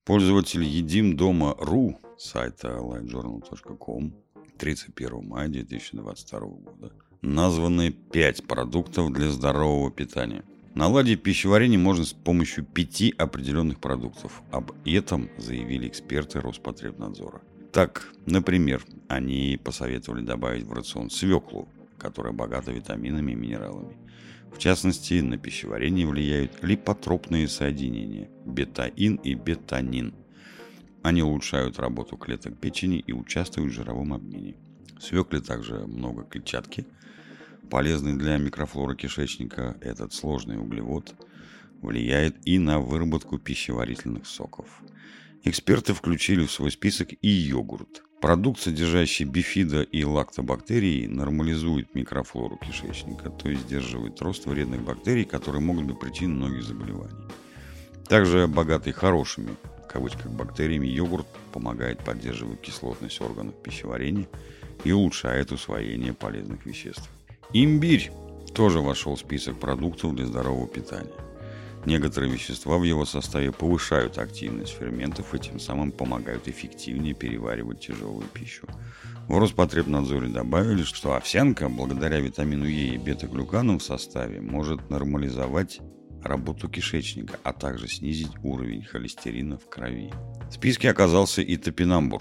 Пользователь едимдома.ру сайта livejournal.com 31 мая 2022 года названы 5 продуктов для здорового питания. Наладить пищеварение можно с помощью 5 определенных продуктов. Об этом заявили эксперты Роспотребнадзора. Так, например, они посоветовали добавить в рацион свеклу, которая богата витаминами и минералами. В частности, на пищеварение влияют липотропные соединения – бетаин и бетанин. Они улучшают работу клеток печени и участвуют в жировом обмене. В свекле также много клетчатки, полезный для микрофлоры кишечника. Этот сложный углевод влияет и на выработку пищеварительных соков. Эксперты включили в свой список и йогурт. Продукт, содержащий бифидо и лактобактерии, нормализует микрофлору кишечника, то есть сдерживает рост вредных бактерий, которые могут быть причиной многих заболеваний. Также богатый хорошими, в кавычках, бактериями, йогурт помогает поддерживать кислотность органов пищеварения и улучшает усвоение полезных веществ. Имбирь тоже вошел в список продуктов для здорового питания. Некоторые вещества в его составе повышают активность ферментов и тем самым помогают эффективнее переваривать тяжелую пищу. В Роспотребнадзоре добавили, что овсянка, благодаря витамину Е и бета-глюканам в составе, может нормализовать работу кишечника, а также снизить уровень холестерина в крови. В списке оказался и топинамбур.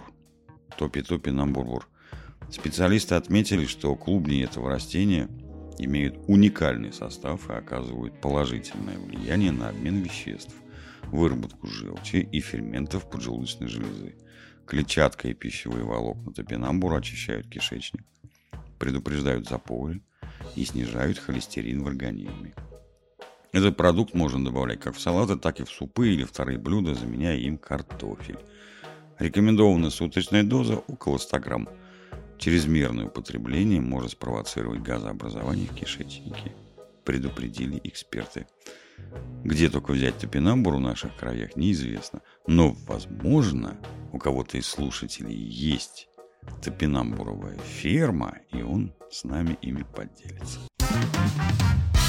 Топинамбур. Специалисты отметили, что клубни этого растения имеют уникальный состав и оказывают положительное влияние на обмен веществ, выработку желчи и ферментов поджелудочной железы. Клетчатка и пищевые волокна топинамбура очищают кишечник, предупреждают запоры и снижают холестерин в организме. Этот продукт можно добавлять как в салаты, так и в супы или вторые блюда, заменяя им картофель. Рекомендованная суточная доза около 100 грамм. Чрезмерное употребление может спровоцировать газообразование в кишечнике, предупредили эксперты. Где только взять топинамбур в наших краях, неизвестно. Но, возможно, у кого-то из слушателей есть топинамбуровая ферма, и он с нами ими поделится.